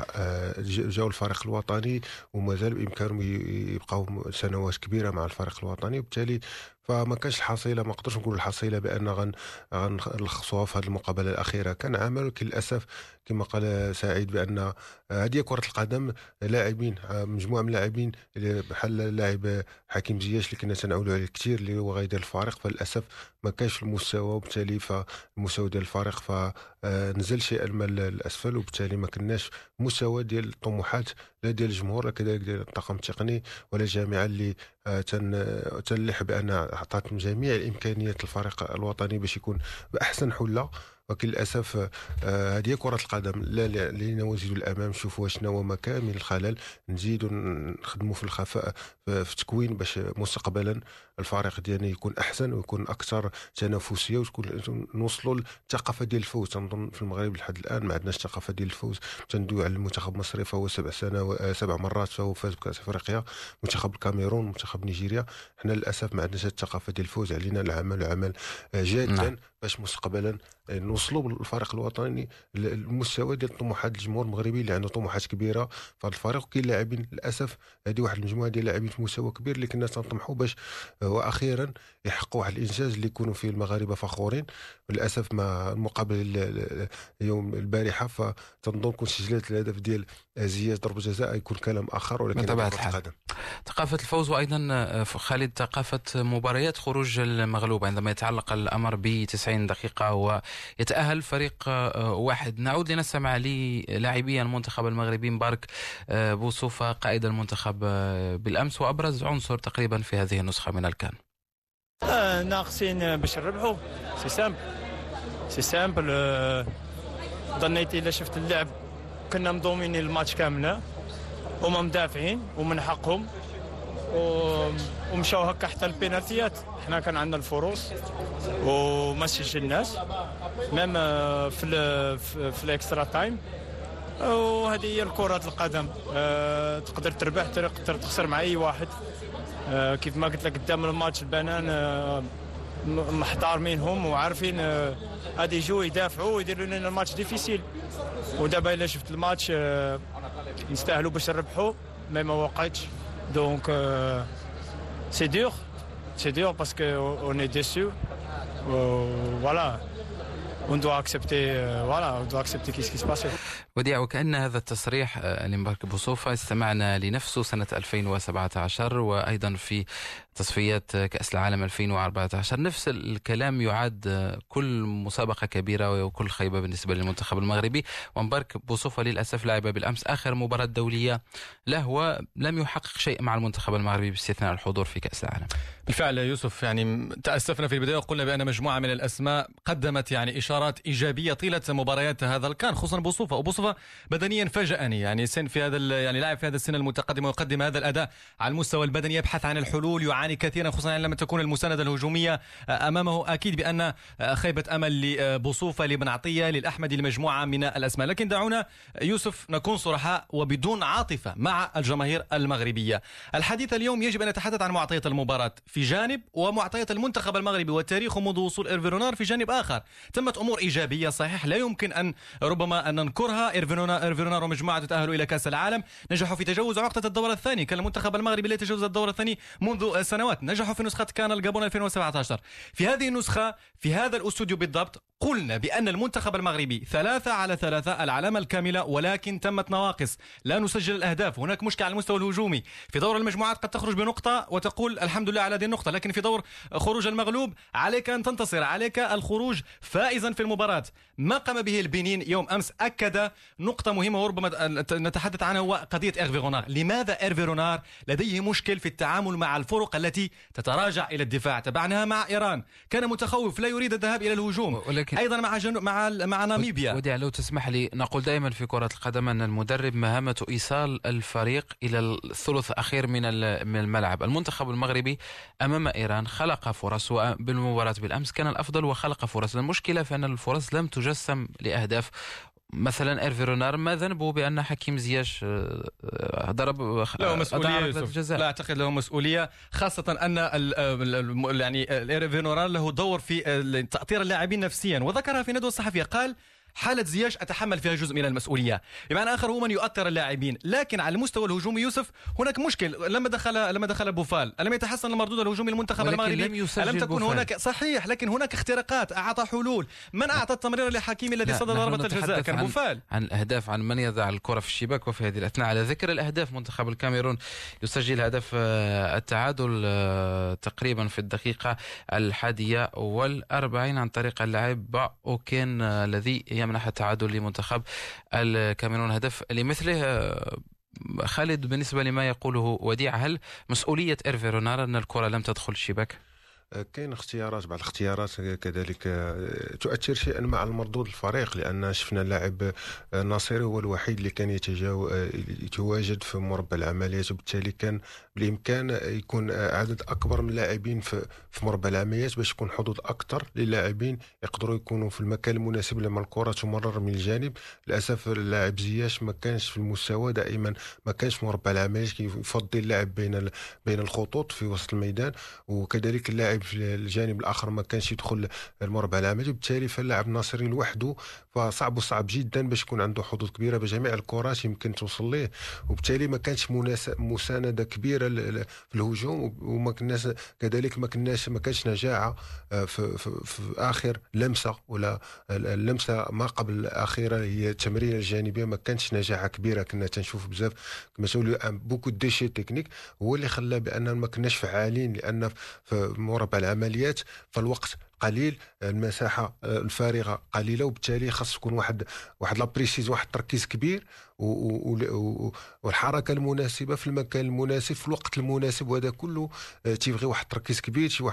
جاوا الفريق الوطني ومازال بإمكانهم يبقاو سنوات كبيرة مع الفريق الوطني، وبالتالي فما كانش الحصيله، ما نقدرش نقول الحصيله بان غنلخصوها في هذه المقابله الاخيره. كان عمل، ولكن للاسف كما قال سعيد بان هذه كره القدم، لاعبين مجموعه من اللاعبين بحال اللاعب حكيم زياش اللي كنا تنعولوا عليه كثير اللي هو غيدير الفريق، فللاسف ما كانش في المستوى، وبالتالي فالمستوى ديال الفريق فنزل شيئا ما الاسفل، وبالتالي ما كناش مستوى ديال الطموحات لا ديال الجمهور لا كذلك ديال الطاقم التقني ولا الجامعه اللي تنلح بان اعطت جميع الامكانيات للفريق الوطني باش يكون باحسن حله. ولكن للاسف هذه كره القدم، لا لينا وزيدوا الامام، نشوفوا شنو هو مكان من الخلل، نزيدوا نخدموا في الخفاء في التكوين باش مستقبلا الفريق ديالنا يكون احسن ويكون اكثر تنافسيه، وتكون نوصلوا للثقافه ديال الفوز. تنظن في المغرب لحد الان ما عندناش ثقافه ديال الفوز. تندوي على المنتخب المصري فهو 7 مرات فهو فاز بكاس افريقيا، منتخب الكاميرون، منتخب نيجيريا. حنا للاسف ما عندناش الثقافه ديال الفوز. علينا العمل جادا باش مستقبلا نوصل نوصلوا للفريق الوطني المستوى ديال طموحات الجمهور المغربي اللي عنده طموحات كبيره في هذا الفريق. وكاين لاعبين للاسف هذه واحد المجموعه ديال اللاعبين في مستوى كبير اللي كنا تنطمحوا باش واخيرا يحققوا واحد الانجاز اللي يكونوا فيه المغاربه فخورين. وللاسف مع المقابله اليوم البارحه فتنظن كون سجلت الهدف ديال زياش ضربه جزاء يكون كلام اخر، ولكن بطبيعة الحال ثقافة الفوز وأيضا خالد ثقافة مباريات خروج المغلوب عندما يتعلق الأمر ب 90 دقيقة ويتأهل فريق واحد. نعود لنستمع للاعبي المنتخب المغربي مبارك بوصوفة قائد المنتخب بالأمس وأبرز عنصر تقريبا في هذه النسخة من الكان. ناقصين باش نربحوا، سي سامبل. ظنيت إلا شفت اللعب كنا مضومين الماتش كامله، هما مدافعين ومن حقهم ومشاو هكا حتى البينالتيات. احنا كان عندنا الفرص وما سجلناش ميم في الاكسترا تايم. وهذه هي كرة القدم، تقدر تربح تقدر تخسر مع اي واحد. كيف ما قلت لك قدام الماتش البنان محتارمينهم وعارفين غادي يجوا يدافعوا ويديروا لنا الماتش ديفيسيل. ودابا الا شفت الماتش نستاهلوا باش نربحوا مي ما وقعتش. دونك سي دور باسكو اون اي ديسو. فوالا on doit accepter qu'est-ce qui se passe. وديع، وكأن هذا التصريح لمبارك بوصوفة استمعنا لنفسه سنة 2017 وأيضا في تصفيات كأس العالم 2014. نفس الكلام يعاد كل مسابقة كبيرة وكل خيبة بالنسبة للمنتخب المغربي. ومبارك بوصوفة للأسف لعب بالأمس آخر مباراة دولية له ولم يحقق شيء مع المنتخب المغربي باستثناء الحضور في كأس العالم. بالفعل يوسف، يعني تأسفنا في البداية وقلنا بأن مجموعة من الأسماء قدمت يعني إشارات إيجابية طيلة مباريات هذا الكان، خصوصا بوصوفة. وبوصوفة بدنيا فاجأني، يعني سن في هذا يعني لاعب في هذا السن المتقدم ويقدم هذا الأداء على المستوى البدني، يبحث عن الحلول، يعاني كثيرا خصوصا لما تكون المساندة الهجومية أمامه. أكيد بأن خيبة أمل لبوصوفة، لبن عطية، للأحمدي، لمجموعة من الأسماء. لكن دعونا يوسف نكون صرحاء وبدون عاطفة مع الجماهير المغربية. الحديث اليوم يجب أن نتحدث عن معطيات المباراة في جانب ومعطيات المنتخب المغربي وتاريخه منذ وصول إيرفي رونار في جانب آخر. تمت أمور إيجابية صحيح لا يمكن أن ربما أن ننكرها. إيرفي رونار ومجموعة تأهلوا إلى كأس العالم، نجحوا في تجاوز عقدة الدور الثاني. كان المنتخب المغربي لا يتجاوز الدور الثاني منذ سنوات. نجحوا في نسخة كان الجابون 2017. في هذه النسخة في هذا الاستوديو بالضبط قلنا بأن المنتخب المغربي 3-3 العلامة الكاملة، ولكن تمت نواقص، لا نسجل الأهداف، هناك مشكلة على المستوى الهجومي. في دور المجموعات قد تخرج بنقطة وتقول الحمد لله على هذه النقطة، لكن في دور خروج المغلوب عليك أن تنتصر، عليك الخروج فائزا في المباراة. ما قام به البنين يوم أمس أكد نقطة مهمة وربما نتحدث عنها، هو قضية إيرفي رونار. لماذا إيرفي رونار لديه مشكل في التعامل مع الفرق التي تتراجع إلى الدفاع؟ تبعناها مع إيران، كان متخوف لا يريد الذهاب إلى الهجوم، ولكن أيضا مع ناميبيا. وديع، لو تسمح لي، نقول دائما في كرة القدم أن المدرب مهمته إيصال الفريق إلى الثلث الأخير من الملعب. المنتخب المغربي أمام إيران خلق فرص، وبالمباراة بالأمس كان الأفضل وخلق فرص. المشكلة في أن الفرص لم تجسم لأهداف. مثلا إيرفي رونار ما ذنبه بأن حكيم زياش ضرب له مسؤولية؟ لا أعتقد له مسؤولية، خاصة أن يعني إيرفي رونار له دور في تأطير اللاعبين نفسيا، وذكرها في ندوة الصحفية. قال حالة زياش أتحمل فيها جزء من المسؤولية، بمعنى آخر هو من يؤثر اللاعبين. لكن على المستوى الهجومي يوسف هناك مشكل. لما دخل بوفال ألم يتحسن المردود الهجومي المنتخب المغربي؟ ألم تكن هناك صحيح، لكن هناك اختراقات، أعطى حلول. من أعطى التمرير لحكيم الذي صدر ضربة الجزاء؟ كان بوفال. عن الأهداف، عن من يضع الكرة في الشباك. وفي هذه الأثناء على ذكر الأهداف، منتخب الكاميرون يسجل هدف التعادل تقريبا في الدقيقة 41 عن طريق اللاعب باوكين الذي يمنح التعادل لمنتخب الكاميرون. هدف لمثله. خالد، بالنسبة لما يقوله وديع، هل مسؤولية إيرفي رونار أن الكرة لم تدخل الشباك؟ كاين اختيارات، بعض الاختيارات كذلك تؤثر شيئا مع المردود الفريق، لان شفنا اللاعب الناصري هو الوحيد اللي كان يتواجد في مربع العمليات، وبالتالي كان بالامكان يكون عدد اكبر من اللاعبين في مربع العمليات باش يكون حظوظ اكثر للاعبين يقدروا يكونوا في المكان المناسب لما الكره تمرر من الجانب. للاسف اللاعب زياش ما كانش في المستوى، دائما ما كانش في مربع العمليات، يفضل اللعب بين الخطوط في وسط الميدان. وكذلك اللاعب اللاعب في الجانب الاخر ما كانش يدخل المربع العملي، وبالتالي فاللاعب الناصري لوحده فصعب جدا باش يكون عنده حظوظ كبيره بجميع الكرات يمكن توصل ليه، وبالتالي ما كانش مسانده كبيره في الهجوم، وما كناش كذلك ما كانش نجاعه في اخر لمسه ولا اللمسه ما قبل الاخيره هي التمريره الجانبيه، ما كانش نجاعه كبيره. كنا تنشوف بزاف كما تقولوا بوكو ديشي تكنيك هو اللي خلى بان ما كناش فعالين، لان في مربع العمليات فالوقت قليل، المساحه الفارغه قليله، وبالتالي خاص تكون واحد لا بريسيز، واحد التركيز كبير والحركه المناسبه في المكان المناسب في الوقت المناسب، وهذا كله تيبغي واحد التركيز كبير، شي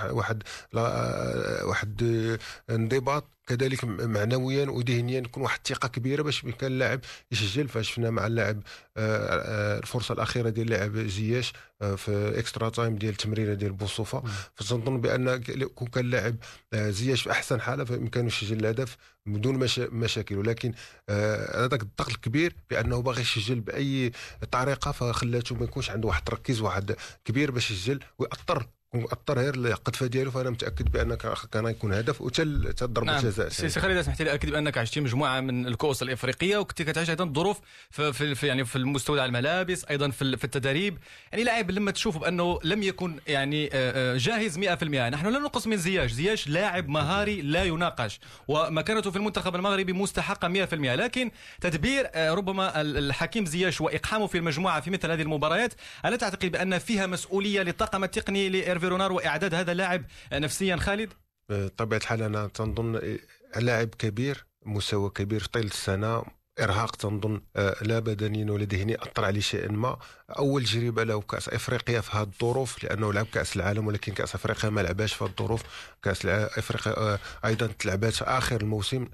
واحد انضباط كذلك معنويا وذهنيا، يكون واحد الثقه كبيره باش كان اللاعب يسجل. فشفنا مع اللاعب الفرصه الاخيره ديال اللاعب زياش في اكسترا تايم ديال التمريره ديال بوصوفه، فنظن بان كون كان اللاعب زياش في احسن حاله فبامكانه يسجل الهدف بدون مشاكل، ولكن هذاك الضغط الكبير بانه باغي يسجل باي طريقه فخلاته ما يكونش عنده واحد التركيز واحد كبير باش يسجل، ويأثر غير القذفه ديالو. فانا متاكد بان كان يكون هدف وتل ضربه جزاء. سي خالد اسمح لي اكد بانك عشتي مجموعه من الكؤوس الافريقيه، وكنت كتعيش ايضا الظروف في يعني في المستودع الملابس، ايضا في التدريب. يعني لاعب لما تشوف بانه لم يكن يعني جاهز 100%، نحن لا ننقص من زياش لاعب مهاري لا يناقش، ومكانته في المنتخب المغربي مستحقه 100%، لكن تدبير ربما الحكيم زياش واقحامه في المجموعه في مثل هذه المباريات، الا تعتقد بان فيها مسؤوليه للطاقم التقني لإيرفي رونار واعداد هذا اللاعب نفسيا خالد؟ بطبيعه الحال انا تنظن لاعب كبير، مستوى كبير في طيل السنه، ارهاق تنظن لا بدنيا ولا ذهنيا اثر عليه شيئا ما. اول تجربه له كاس افريقيا في هذه الظروف، لانه لعب كاس العالم ولكن كاس افريقيا ما لعباش في هذه الظروف. كاس افريقيا ايضا تلعبات في اخر الموسم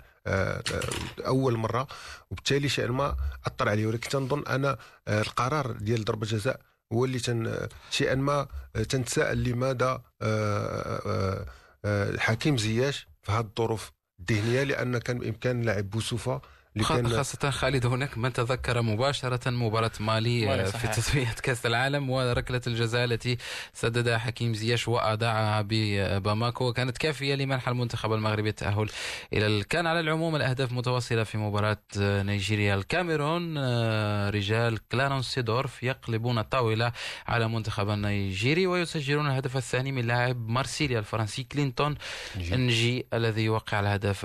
اول مره، وبالتالي شيئا ما اثر عليه. ولكن تنظن انا القرار ديال ضربه جزاء هو اللي شيئا ما تنتساءل لماذا الحكيم زياش في هذه الظروف الذهنيه، لان كان بامكان لاعب بوصوفه خاصة خالد هناك من تذكر مباشرة مباراة مالي في تصفية كأس العالم وركلة الجزاء التي سددها حكيم زياش وأضاعها بباماكو، وكانت كافية لمنح المنتخب المغربي التأهل إلى كان على العموم الأهداف متواصلة في مباراة نيجيريا الكاميرون. رجال كلارنس سيدورف يقلبون الطاولة على منتخب النيجيري ويسجلون الهدف الثاني من لاعب مارسيليا الفرنسي كلينتون نجي الذي وقع الهدف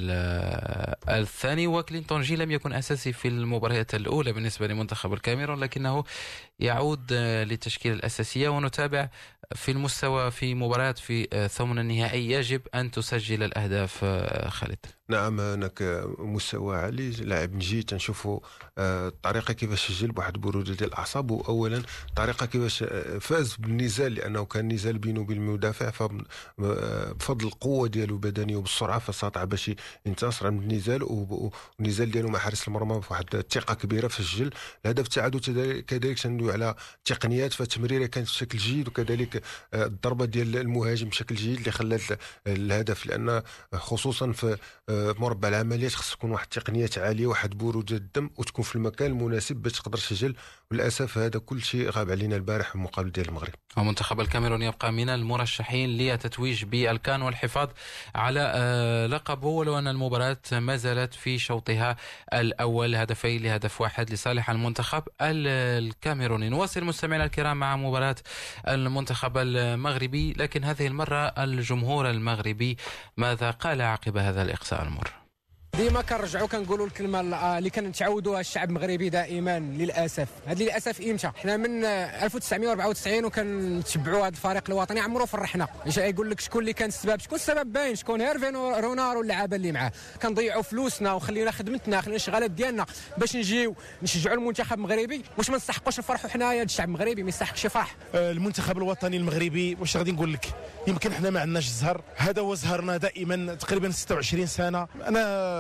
الثاني. كلينتون جي لم يكن أساسي في المباريات الأولى بالنسبة لمنتخب الكاميرون، لكنه يعود للتشكيلة الأساسية. ونتابع في المستوى في مباريات في ثمن النهائي يجب أن تسجل الأهداف. خالد نعم، هناك مستوى عالي، لاعب نجي تنشوفوا الطريقه كيفاش سجل بواحد البروده ديال الاعصاب، واولا الطريقه كيفاش فاز بالنزال، لانه كان نزال بينه وبين المدافع، فبفضل القوه ديالو البدنيه وبالسرعه فاستطاع باش ينتصر عن النزال، والنزال ديالو مع حارس المرمى بواحد الثقه كبيره فسجل الهدف. التعادل كذلك تندوي على تقنيات، فالتمريره كانت بشكل جيد، وكذلك الضربه ديال المهاجم بشكل جيد اللي خلات الهدف، لان خصوصا في مربع العمليات خص تكون واحد التقنيات عاليه، واحد بروده الدم، وتكون في المكان المناسب باش تقدر تسجل. وللاسف هذا كل شيء غاب علينا البارح في المقابله ديال المغرب. ومنتخب الكاميرون يبقى من المرشحين للتتويج بالكان والحفاظ على لقبه، ولو ان المباراه ما زالت في شوطها الاول، هدفين لهدف واحد لصالح المنتخب الكاميروني. نواصل مستمعينا الكرام مع مباراه المنتخب المغربي، لكن هذه المره الجمهور المغربي ماذا قال عقب هذا الاقصاء المر؟ ديما كنرجعوا كنقولوا الكلمه اللي كنتعودوها الشعب المغربي دائما، للاسف. هذا للاسف امتى؟ حنا من 1994 وكنتبعوا هذا الفريق الوطني، عمرو فرحنا. يقول لك شكون اللي كان السبب، شكون السبب باين، شكون إيرفي رونار واللعابه اللي معاه. كنضيعوا فلوسنا وخلينا خدمتنا، خلينا الشغالات ديالنا باش نجيو نشجعوا المنتخب المغربي. واش ما نستحقوش نفرحوا حنايا؟ الشعب المغربي ما يستحقش يفرح. المنتخب الوطني المغربي واش غادي نقول لك، يمكن حنا ما عندناش الزهر، هذا هو زهرنا دائما تقريبا 26 سنه. انا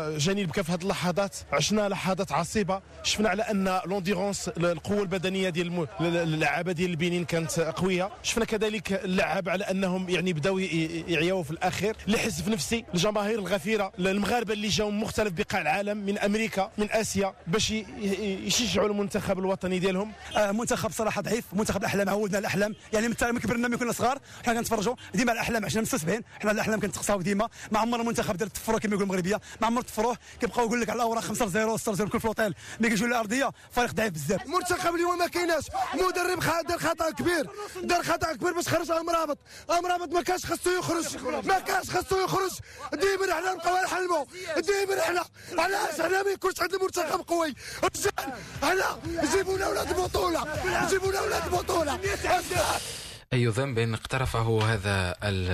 جاني البكا في هذه اللحظات. عشنا لحظات عصيبه، شفنا على ان لونديرونس القوه البدنيه ديال اللعابه ديال البنين كانت قويه. شفنا كذلك اللعاب على انهم يعني بداو يعياو في الاخير. لحزب نفسي الجماهير الغفيره المغاربه اللي جاوا من مختلف بقاع العالم، من امريكا من اسيا، باش يشجعوا المنتخب الوطني ديالهم. منتخب صراحه ضعيف، منتخب الاحلام، عودنا الاحلام يعني من كبرنا من كنا صغار حنا كنتفرجوا ديما الاحلام. عشنا من 76 حنا الاحلام كنتقصاو ديما. ما عمر المنتخب دار التفروه كما يقول المغربيه، ما عمر التفروه كيبقاو يقول لك على الاوراق 5-0 6-0 كل في الاوتيل، ملي كيجيو الارضيه فريق ضعيف بزاف. المنتخب اليوم ما كايناش مدرب، دار خطا كبير باش خرج امرابط ما كانش خاصو يخرج، ديما حنا نبقاو نحلموا، ديما حنا علاش حنا ما يكونش عندنا منتخب قوي. حنا جيبوا لنا ولاد بطوله. أي ذنب اقترفه هذا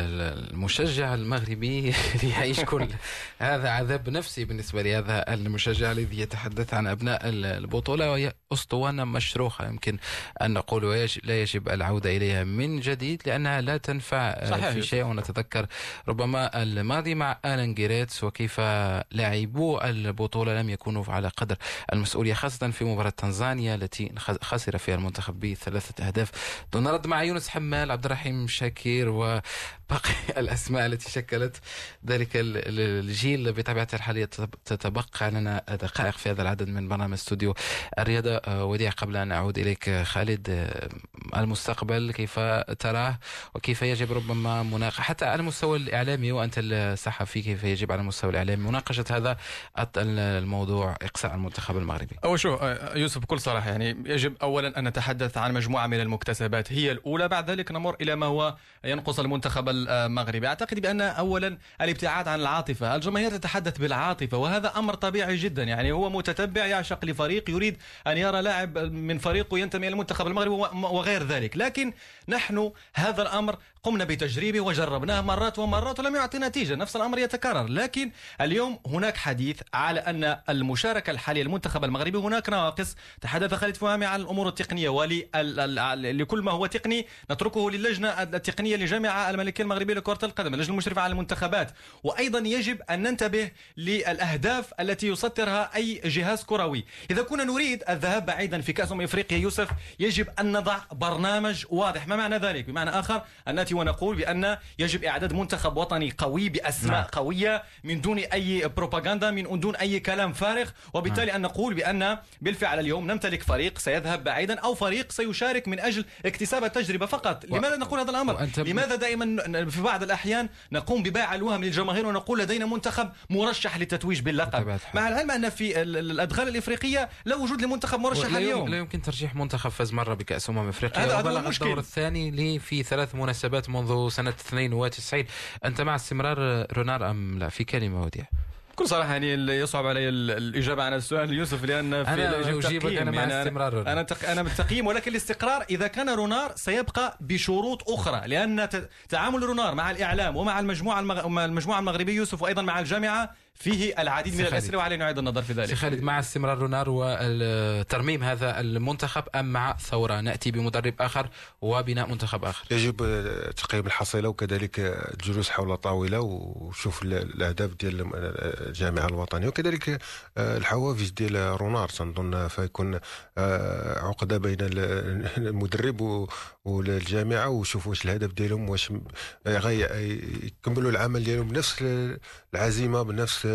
المشجع المغربي ليعيش كل هذا عذاب نفسي بالنسبة لهذا المشجع الذي يتحدث عن أبناء البطولة، وهي أسطوانة مشروخة يمكن أن نقول لا يجب العودة إليها من جديد لأنها لا تنفع في شيء. ونتذكر ربما الماضي مع آلان جيريتس وكيف لاعبو البطولة لم يكونوا على قدر المسؤولية، خاصة في مباراة تنزانيا التي خسر فيها المنتخب ب3 أهداف. نرد مع يونس حمال، عبد الرحيم شاكير وباقي الأسماء التي شكلت ذلك الجيل. بطبيعة الحال تتبقى لنا دقائق في هذا العدد من برنامج استوديو الرياضة. وديع، قبل أن أعود إليك خالد، المستقبل كيف تراه وكيف يجب ربما مناقشة حتى على المستوى الإعلامي، وأنت الصحفي كيف يجب على المستوى الإعلامي مناقشة هذا الموضوع إقصاء المنتخب المغربي؟ أول شو يوسف بكل صراحة يعني يجب أولا أن نتحدث عن مجموعة من المكتسبات هي الأولى، بعد ذلك نمر إلى ما هو ينقص المنتخب المغربي. أعتقد بأن أولا الابتعاد عن العاطفة، الجماهير تتحدث بالعاطفة وهذا أمر طبيعي جدا. يعني هو متتبع يعشق لفريق، يريد أن يرى لاعب من فريقه ينتمي إلى المنتخب المغربي وغير ذلك، لكن نحن هذا الأمر قمنا بتجريبه وجربناه مرات ومرات ولم يعطي نتيجة، نفس الأمر يتكرر. لكن اليوم هناك حديث على أن المشاركة الحالية للمنتخب المغربي هناك نواقص. تحدث خالد فهمي عن الأمور التقنية، ولكل ما هو تقني نتركه للجنة التقنية لجامعة الملكية المغربية لكرة القدم، اللجنة المشرفة على المنتخبات. وأيضا يجب أن ننتبه للأهداف التي يسطرها أي جهاز كروي. إذا كنا نريد الذهاب بعيدا في كأس إفريقيا يوسف، يجب أن نضع برنامج واضح. ما معنى ذلك؟ بمعنى آخر أن نأتي ونقول بأن يجب إعداد منتخب وطني قوي بأسماء قوية من دون أي بروباغندا، من دون أي كلام فارغ، وبالتالي أن نقول بأن بالفعل اليوم نمتلك فريق سيذهب بعيدا أو فريق سيشارك من أجل اكتساب التجربة فقط. لماذا نقول هذا الأمر؟ لماذا دائما في بعض الأحيان نقوم ببيع الوهم للجماهير ونقول لدينا منتخب مرشح للتتويج باللقب، مع العلم أن في الأدغال الإفريقية لا وجود لمنتخب مرشح اليوم. لا يمكن ترشيح منتخب فاز مرة بكأس إفريقيا وبلغ الدور الثاني لي في 3 مناسبات منذ سنة 92. أنت مع استمرار رونار أم لا؟ في كلمة وديع. بكل صراحة يعني يصعب علي الإجابة عن السؤال يوسف، لأن في أنا أجيبك أنا مع استمرار أنا بالتقييم، ولكن الاستقرار إذا كان رونار سيبقى بشروط أخرى، لأن تعامل رونار مع الإعلام ومع المجموعة المغربية يوسف وأيضا مع الجامعة فيه العديد من الأسئلة وعلينا نعيد النظر في ذلك. خالد، مع استمرار رونار وترميم هذا المنتخب أم مع ثورة نأتي بمدرب آخر وبناء منتخب آخر؟ يجب تقييم الحصيلة وكذلك الجلوس حول طاولة وشوف الأهداف ديال الجامعة الوطنية وكذلك الحوافز ديال رونار. تنظن فيكون عقدة بين المدرب والجامعة وشوفوا واش الهدف ديالهم، واش يكملوا العمل ديالهم بنفس العزيمة بنفس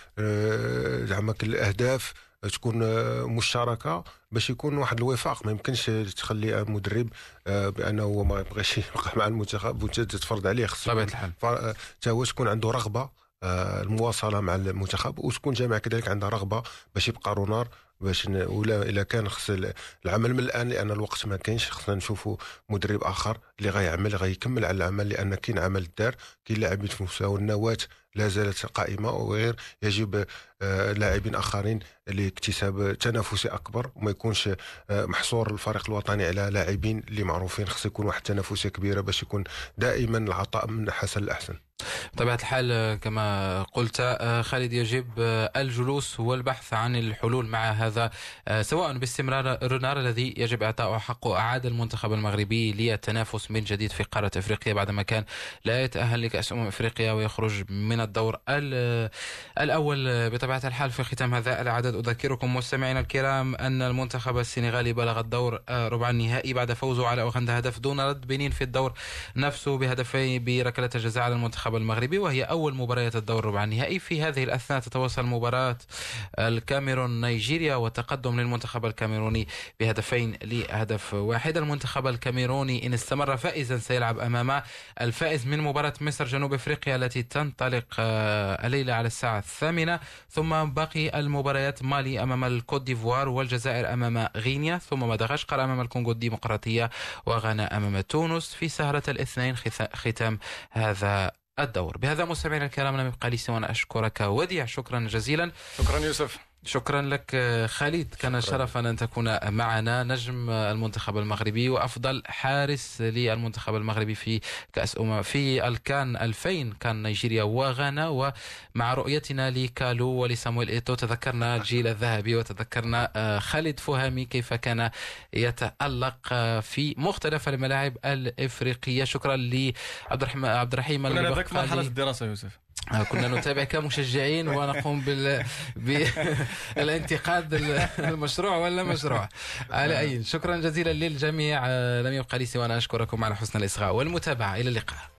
زعما الأهداف تكون مشتركه باش يكون واحد الوفاق. ما يمكنش تخلي مدرب بانه ما يبغيش يبقى مع المنتخب وتتفرض عليه، خصو بطبيعه الحال حتى هو تكون عنده رغبه المواصله مع المنتخب، وتكون جامعه كذلك عندها رغبه باش يبقى رونار باش ولا الا كان خص العمل من الان لان الوقت ما كاينش. خصنا نشوفوا مدرب اخر اللي غيعمل غيكمل على العمل، لان كاين عمل دار، كاين لاعبين في مستوى النواه لا زالت قائمه، وغير يجب لاعبين اخرين لاكتساب تنافسي اكبر وما يكونش محصور الفريق الوطني على لاعبين اللي معروفين. خص يكون واحد التنافسيه كبيره باش يكون دائما العطاء من حسن لاحسن. بطبيعة الحال كما قلت خالد، يجب الجلوس والبحث عن الحلول مع هذا، سواء باستمرار الرنار الذي يجب إعطاء حقه. أعاد المنتخب المغربي للتنافس من جديد في قارة إفريقيا بعدما كان لا يتأهل لكأس إفريقيا ويخرج من الدور الأول. بطبيعة الحال في ختام هذا العدد أذكركم مستمعينا الكرام أن المنتخب السنغالي بلغ الدور ربع النهائي بعد فوزه على أوغندا هدف دون رد. بنين في الدور نفسه بهدفين بركلة الجزاء على المنتخب المغربي، وهي أول مباريات الدور ربع النهائي. في هذه الأثناء تتواصل مباراة الكاميرون نيجيريا والتقدم للمنتخب الكاميروني بهدفين لهدف واحد. المنتخب الكاميروني إن استمر فائزا سيلعب أمام الفائز من مباراة مصر جنوب أفريقيا التي تنطلق الليلة على الساعة 8، ثم باقي المباريات مالي أمام الكوت ديفوار، والجزائر أمام غينيا، ثم مدغشقر أمام الكونغو الديمقراطية، وغانا أمام تونس في سهرة الاثنين ختام هذا الدور. بهذا مستمعينا الكرام لم يبقى لي سوى أن أشكرك وديع، شكرا جزيلا. شكرا يوسف. شكرا لك خالد، كان شرفا أن تكون معنا، نجم المنتخب المغربي وأفضل حارس للمنتخب المغربي في كأس في الكان 2000 كان نيجيريا وغانا. ومع رؤيتنا لكالو ولسامويل إيتو تذكرنا الجيل الذهبي وتذكرنا خالد فهمي كيف كان يتألق في مختلف الملاعب الإفريقية. شكرا لعبد الرحيم. كنا ذاك مرحلة الدراسة يوسف، كنا نتابع كمشجعين ونقوم بالانتقاد المشروع ولا مشروع. على أي، شكرا جزيلا للجميع، لم يبقى لي سوى أن أشكركم على حسن الإصغاء والمتابعة. إلى اللقاء.